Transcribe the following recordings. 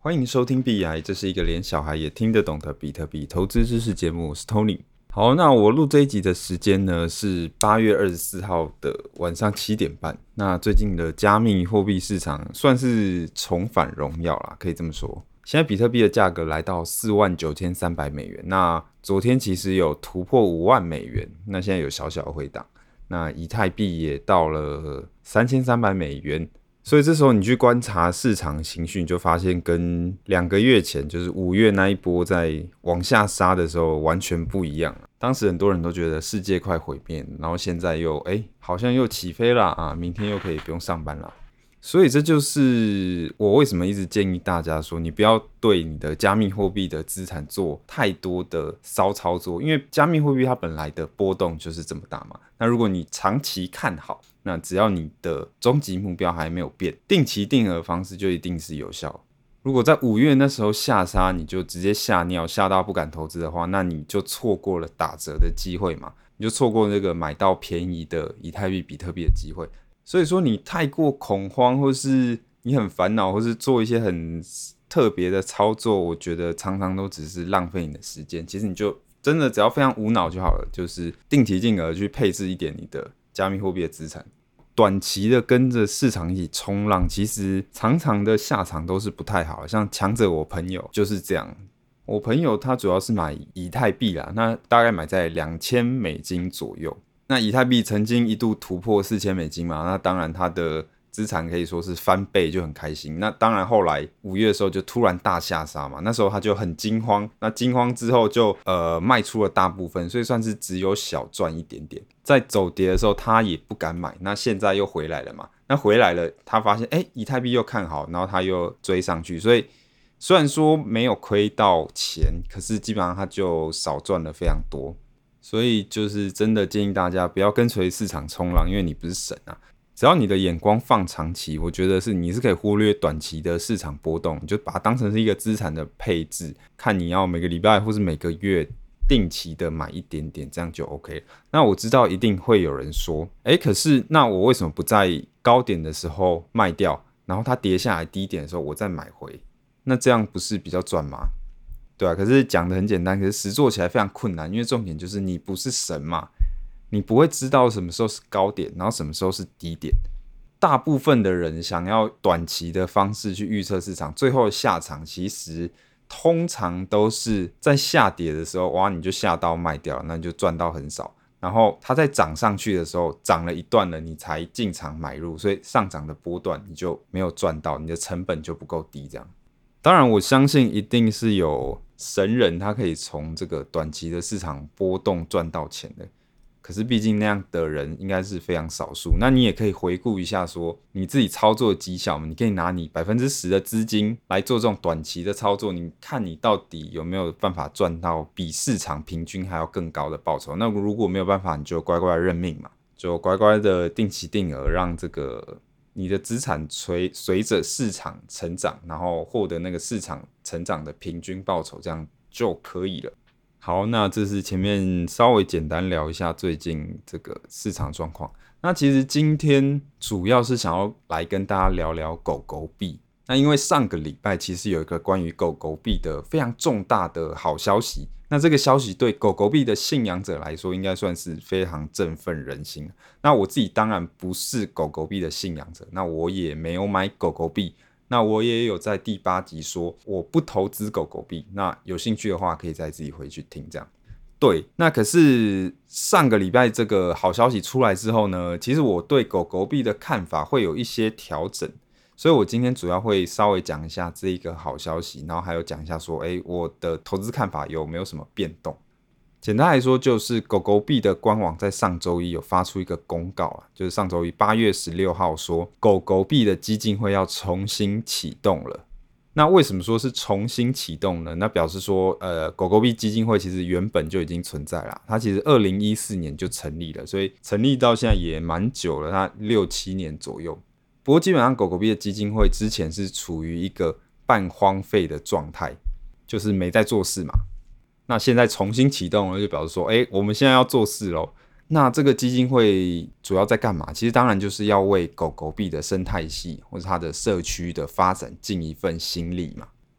欢迎收听币癌，这是一个连小孩也听得懂的比特币投资知识节目，我是 Tony。好，那我录这一集的时间呢是8月24号的晚上7点半。那最近的加密货币市场算是重返荣耀啦，可以这么说。现在比特币的价格来到49300美元，那昨天其实有突破5万美元，那现在有小小的回档。那以太币也到了3300美元。所以这时候你去观察市场情绪，你就发现跟2个月前，就是5月那一波在往下杀的时候完全不一样。当时很多人都觉得世界快毁灭，然后现在又好像又起飞啦啊，明天又可以不用上班啦。所以这就是我为什么一直建议大家说，你不要对你的加密货币的资产做太多的骚操作，因为加密货币它本来的波动就是这么大嘛。那如果你长期看好，那只要你的终极目标还没有变，定期定额方式就一定是有效。如果在5月那时候下杀，你就直接吓尿，吓到不敢投资的话，那你就错过了打折的机会嘛，你就错过那个买到便宜的以太币、比特币的机会。所以说你太过恐慌，或是你很烦恼，或是做一些很特别的操作，我觉得常常都只是浪费你的时间。其实你就真的只要非常无脑就好了，就是定期定额去配置一点你的加密货币的资产，短期的跟着市场一起冲浪，其实常常的下场都是不太好。像强者我朋友就是这样，我朋友他主要是买以太币啦，那大概买在$2000美左右。那以太币曾经一度突破$4000美嘛，那当然他的资产可以说是翻倍，就很开心。那当然后来5月的时候就突然大下杀嘛，那时候他就很惊慌，那惊慌之后就卖出了大部分，所以算是只有小赚一点点。在走跌的时候他也不敢买，那现在又回来了嘛，那回来了他发现以太币又看好，然后他又追上去，所以虽然说没有亏到钱，可是基本上他就少赚了非常多。所以就是真的建议大家不要跟随市场冲浪，因为你不是神啊。只要你的眼光放长期，我觉得你是可以忽略短期的市场波动，你就把它当成是一个资产的配置，看你要每个礼拜或是每个月定期的买一点点，这样就 OK 了。那我知道一定会有人说，可是那我为什么不在高点的时候卖掉，然后它跌下来低点的时候我再买回？那这样不是比较赚吗？对啊，可是讲的很简单，可是实做起来非常困难，因为重点就是你不是神嘛，你不会知道什么时候是高点，然后什么时候是低点。大部分的人想要短期的方式去预测市场，最后的下场其实通常都是在下跌的时候，哇，你就下刀卖掉了，那你就赚到很少。然后它在涨上去的时候，涨了一段了，你才进场买入，所以上涨的波段你就没有赚到，你的成本就不够低，这样。当然我相信一定是有神人他可以从这个短期的市场波动赚到钱的，可是毕竟那样的人应该是非常少数。那你也可以回顾一下说你自己操作的绩效嘛，你可以拿你 10% 的资金来做这种短期的操作，你看你到底有没有办法赚到比市场平均还要更高的报酬。那如果没有办法，你就乖乖的认命嘛，就乖乖的定期定额，让这个你的资产随着市场成长，然后获得那个市场成长的平均报酬，这样就可以了。好，那这是前面稍微简单聊一下最近这个市场状况。那其实今天主要是想要来跟大家聊聊狗狗币。那因为上个礼拜其实有一个关于狗狗币的非常重大的好消息，那这个消息对狗狗币的信仰者来说应该算是非常振奋人心。那我自己当然不是狗狗币的信仰者，那我也没有买狗狗币，那我也有在第8集说我不投资狗狗币，那有兴趣的话可以再自己回去听这样。对，那可是上个礼拜这个好消息出来之后呢，其实我对狗狗币的看法会有一些调整，所以我今天主要会稍微讲一下这一个好消息，然后还有讲一下说我的投资看法有没有什么变动。简单来说，就是狗狗币的官网在上周一有发出一个公告啊，就是上周一8月16号说狗狗币的基金会要重新启动了。那为什么说是重新启动呢？那表示说狗狗币基金会其实原本就已经存在啦，它其实2014年就成立了，所以成立到现在也蛮久了，它6、7年左右。不过基本上狗狗币的基金会之前是处于一个半荒废的状态，就是没在做事嘛。那现在重新启动了，就表示说我们现在要做事咯。那这个基金会主要在干嘛？其实当然就是要为狗狗币的生态系或者它的社区的发展尽一份心力嘛。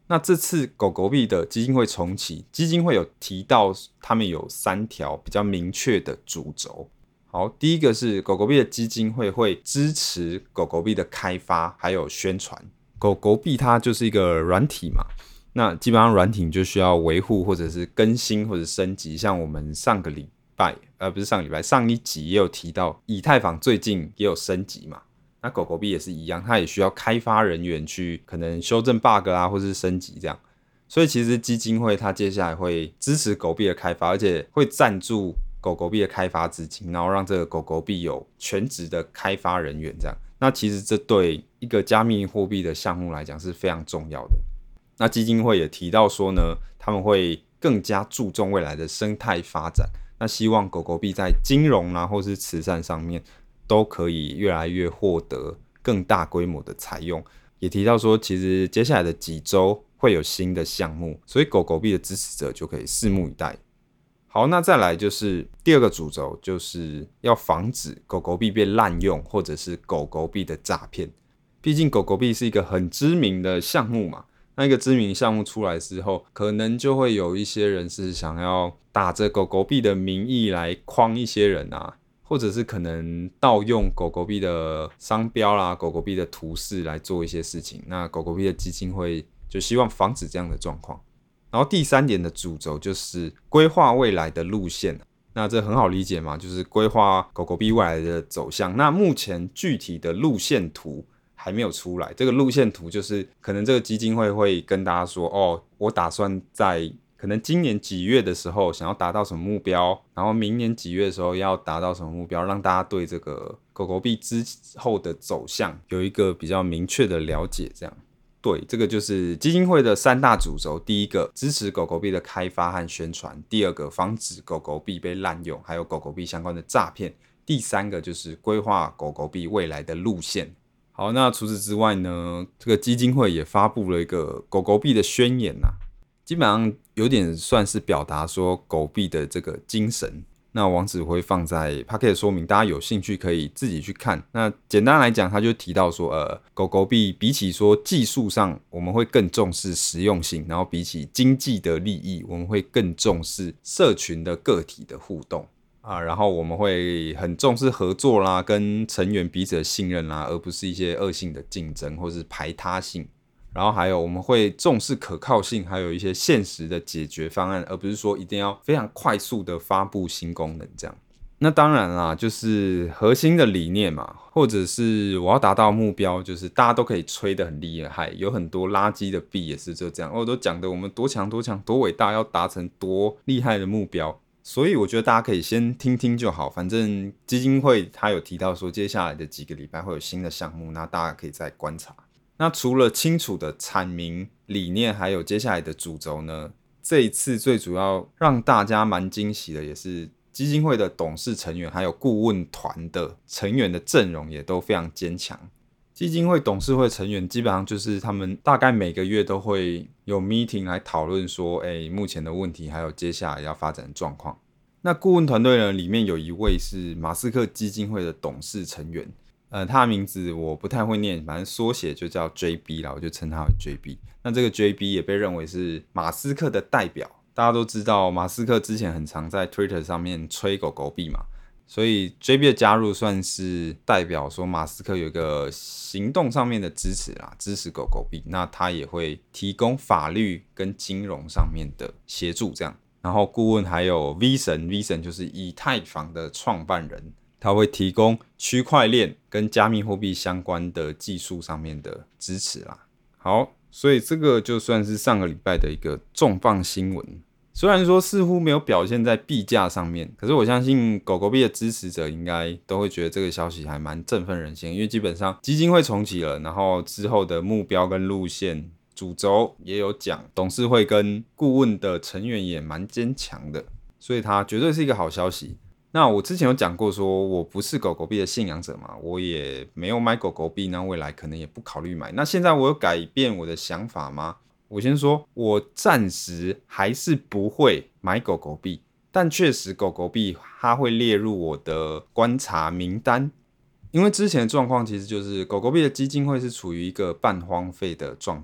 那这次狗狗币的基金会重启，基金会有提到他们有3条比较明确的主轴。好，第一个是狗狗币的基金会会支持狗狗币的开发还有宣传。狗狗币它就是一个软体嘛，那基本上软体就需要维护或者是更新或者升级。像我们上一集也有提到，以太坊最近也有升级嘛。那狗狗币也是一样，它也需要开发人员去可能修正 bug 啊，或是升级这样。所以其实基金会它接下来会支持狗币的开发，而且会赞助狗狗币的开发资金，然后让这个狗狗币有全职的开发人员这样。那其实这对一个加密货币的项目来讲是非常重要的。那基金会也提到说呢，他们会更加注重未来的生态发展，那希望狗狗币在金融啊或是慈善上面都可以越来越获得更大规模的采用。也提到说，其实接下来的几周会有新的项目，所以狗狗币的支持者就可以拭目以待。好，那再来就是第二个主轴，就是要防止狗狗币被滥用或者是狗狗币的诈骗。毕竟狗狗币是一个很知名的项目嘛，那一个知名项目出来之后，可能就会有一些人是想要打着狗狗币的名义来诓一些人啊，或者是可能盗用狗狗币的商标啦、狗狗币的图示来做一些事情。那狗狗币的基金会就希望防止这样的状况。然后第3点的主轴就是规划未来的路线。那这很好理解嘛，就是规划狗狗币未来的走向。那目前具体的路线图还没有出来，这个路线图就是可能这个基金会会跟大家说，哦，我打算在可能今年几月的时候想要达到什么目标，然后明年几月的时候要达到什么目标，让大家对这个狗狗币之后的走向有一个比较明确的了解这样。对，这个就是基金会的3大主轴。第一个，支持狗狗币的开发和宣传；第二个，防止狗狗币被滥用，还有狗狗币相关的诈骗；第3个就是规划狗狗币未来的路线。好，那除此之外呢，这个基金会也发布了一个狗狗币的宣言啊，基本上有点算是表达说狗币的这个精神。那网址会放在 Podcast 的说明，大家有兴趣可以自己去看。那简单来讲，他就提到说，狗狗币比起说技术上，我们会更重视实用性，然后比起经济的利益，我们会更重视社群的个体的互动啊，然后我们会很重视合作啦，跟成员彼此的信任啦，而不是一些恶性的竞争或是排他性。然后还有我们会重视可靠性，还有一些现实的解决方案，而不是说一定要非常快速的发布新功能这样。那当然啦，就是核心的理念嘛，或者是我要达到目标，就是大家都可以吹得很厉害，有很多垃圾的币也是就这样，都讲的我们多强多强多伟大，要达成多厉害的目标。所以我觉得大家可以先听听就好，反正基金会他有提到说接下来的几个礼拜会有新的项目，那大家可以再观察。那除了清楚的阐明理念，还有接下来的主轴呢，这一次最主要让大家蛮惊喜的，也是基金会的董事成员还有顾问团的成员的阵容也都非常坚强。基金会董事会成员基本上就是他们大概每个月都会有 meeting 来讨论说，目前的问题还有接下来要发展的状况。那顾问团队呢，里面有一位是马斯克基金会的董事成员，他的名字我不太会念，反正缩写就叫 JB 啦，我就称他为 JB。那这个 JB 也被认为是马斯克的代表，大家都知道马斯克之前很常在 Twitter 上面吹狗狗币嘛，所以 JB 的加入算是代表说马斯克有一个行动上面的支持啦，支持狗狗币。那他也会提供法律跟金融上面的协助这样。然后顾问还有 V 神就是以太坊的创办人，他会提供区块链跟加密货币相关的技术上面的支持啦。好，所以这个就算是上个礼拜的一个重磅新闻。虽然说似乎没有表现在币价上面，可是我相信狗狗币的支持者应该都会觉得这个消息还蛮振奋人心，因为基本上基金会重启了，然后之后的目标跟路线主轴也有讲，董事会跟顾问的成员也蛮坚强的，所以它绝对是一个好消息。那我之前有讲过说我不是狗狗币的信仰者嘛，我也没有买狗狗币，那未来可能也不考虑买。那现在我有改变我的想法吗？我先说，我暂时还是不会买狗狗币，但确实狗狗币它会列入我的观察名单。因为之前的状况其实就是狗狗币的基金会是处于一个半荒废的状态，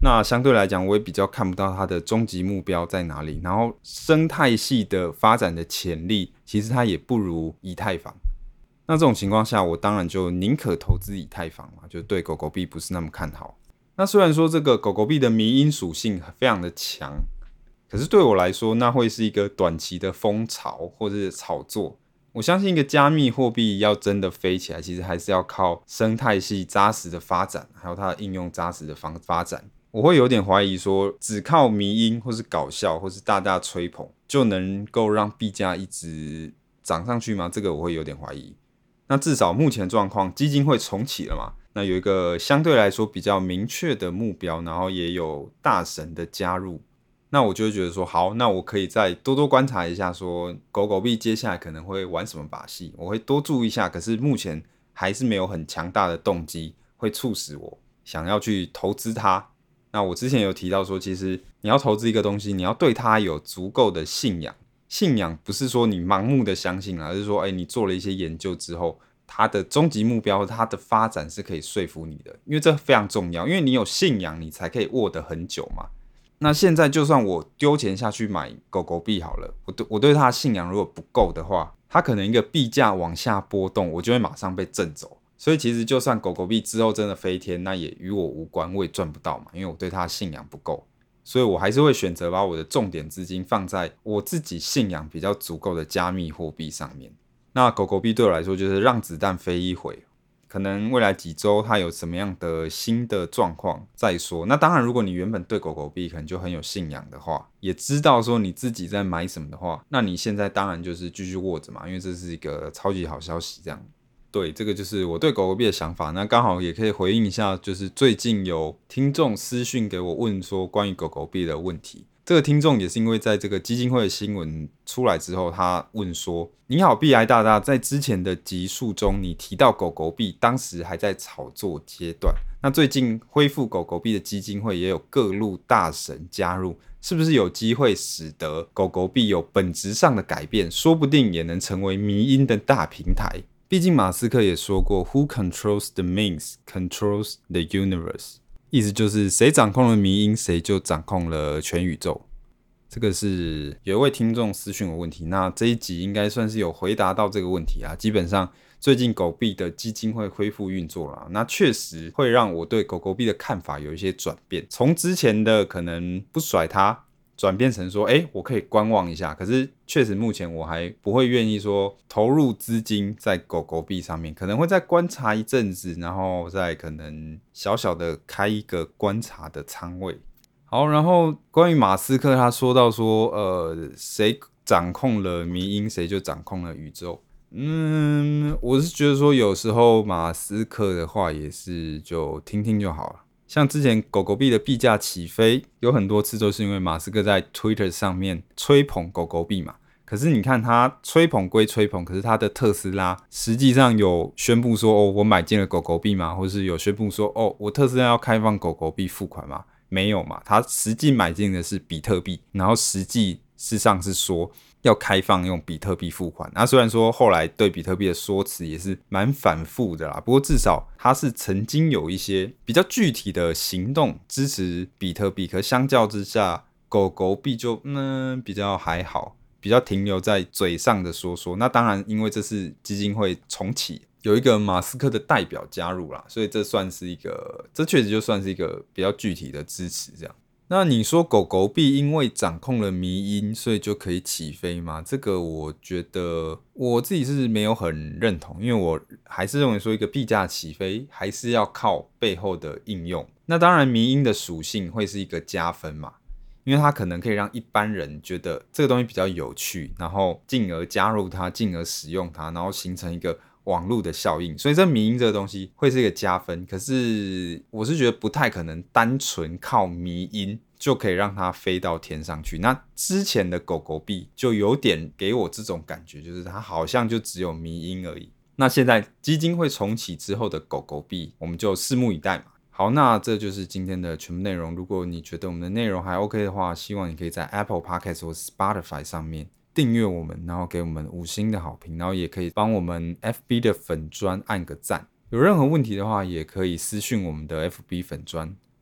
那相对来讲，我也比较看不到它的终极目标在哪里。然后生态系的发展的潜力，其实它也不如以太坊。那这种情况下，我当然就宁可投资以太坊嘛，就对狗狗币不是那么看好。那虽然说这个狗狗币的迷因属性非常的强，可是对我来说，那会是一个短期的风潮或者是炒作。我相信一个加密货币要真的飞起来，其实还是要靠生态系扎实的发展，还有它的应用扎实的发展。我会有点怀疑说，只靠迷因或是搞笑或是大大吹捧，就能够让币价一直涨上去吗？这个我会有点怀疑。那至少目前状况，基金会重启了嘛？那有一个相对来说比较明确的目标，然后也有大神的加入，那我就会觉得说，好，那我可以再多多观察一下，说狗狗币接下来可能会玩什么把戏，我会多注意一下。可是目前还是没有很强大的动机会促使我想要去投资它。那我之前有提到说，其实你要投资一个东西，你要对它有足够的信仰。信仰不是说你盲目的相信，而是说，你做了一些研究之后，它的终极目标、它的发展是可以说服你的，因为这非常重要。因为你有信仰，你才可以握得很久嘛。那现在就算我丢钱下去买狗狗币好了，我对它的信仰如果不够的话，它可能一个币价往下波动，我就会马上被震走。所以其实就算狗狗币之后真的飞天，那也与我无关，我也赚不到嘛，因为我对它的信仰不够。所以我还是会选择把我的重点资金放在我自己信仰比较足够的加密货币上面。那狗狗币对我来说就是让子弹飞一回，可能未来几周它有什么样的新的状况再说。那当然，如果你原本对狗狗币可能就很有信仰的话，也知道说你自己在买什么的话，那你现在当然就是继续握着嘛，因为这是一个超级好消息这样。对，这个就是我对狗狗币的想法。那刚好也可以回应一下，就是最近有听众私讯给我问说关于狗狗币的问题。这个听众也是因为在这个基金会的新闻出来之后，他问说：“你好，币癌大大，在之前的集数中，你提到狗狗币当时还在炒作阶段，那最近恢复狗狗币的基金会也有各路大神加入，是不是有机会使得狗狗币有本质上的改变？说不定也能成为迷因的大平台。”毕竟马斯克也说过 "Who controls the memes controls the universe"， 意思就是谁掌控了迷因，谁就掌控了全宇宙。这个是有一位听众私讯我问题，那这一集应该算是有回答到这个问题啊。基本上最近狗币的基金会恢复运作了，那确实会让我对狗狗币的看法有一些转变，从之前的可能不甩它，转变成说，我可以观望一下。可是确实目前我还不会愿意说投入资金在狗狗币上面，可能会再观察一阵子，然后再可能小小的开一个观察的仓位。好，然后关于马斯克他说到说，谁掌控了迷因，谁就掌控了宇宙。我是觉得说有时候马斯克的话也是就听听就好了。像之前狗狗币的币价起飞，有很多次都是因为马斯克在 Twitter 上面吹捧狗狗币嘛。可是你看他吹捧归吹捧，可是他的特斯拉实际上有宣布说，我买进了狗狗币吗？或是有宣布说，我特斯拉要开放狗狗币付款吗？没有嘛，他实际买进的是比特币，然后实际事实上是说要开放用比特币付款。那虽然说后来对比特币的说辞也是蛮反复的啦，不过至少他是曾经有一些比较具体的行动支持比特币，可相较之下，狗狗币就比较还好，比较停留在嘴上的说说。那当然，因为这是基金会重启，有一个马斯克的代表加入啦，所以这确实就算是一个比较具体的支持这样。那你说狗狗币因为掌控了迷因，所以就可以起飞吗？这个我觉得我自己是没有很认同，因为我还是认为说一个币价起飞还是要靠背后的应用。那当然迷因的属性会是一个加分嘛，因为它可能可以让一般人觉得这个东西比较有趣，然后进而加入它，进而使用它，然后形成一个网络的效应，所以这迷因这个东西会是一个加分。可是我是觉得不太可能单纯靠迷因就可以让它飞到天上去。那之前的狗狗币就有点给我这种感觉，就是它好像就只有迷因而已。那现在基金会重启之后的狗狗币，我们就拭目以待嘛。好，那这就是今天的全部内容。如果你觉得我们的内容还 OK 的话，希望你可以在 Apple Podcast 或 Spotify 上面订阅我们，然后给我们5星的好评，然后也可以帮我们 FB 的粉专按个赞。有任何问题的话，也可以私讯我们的 FB 粉专。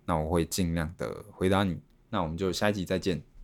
那我会尽量的回答你。那我们就下一集再见。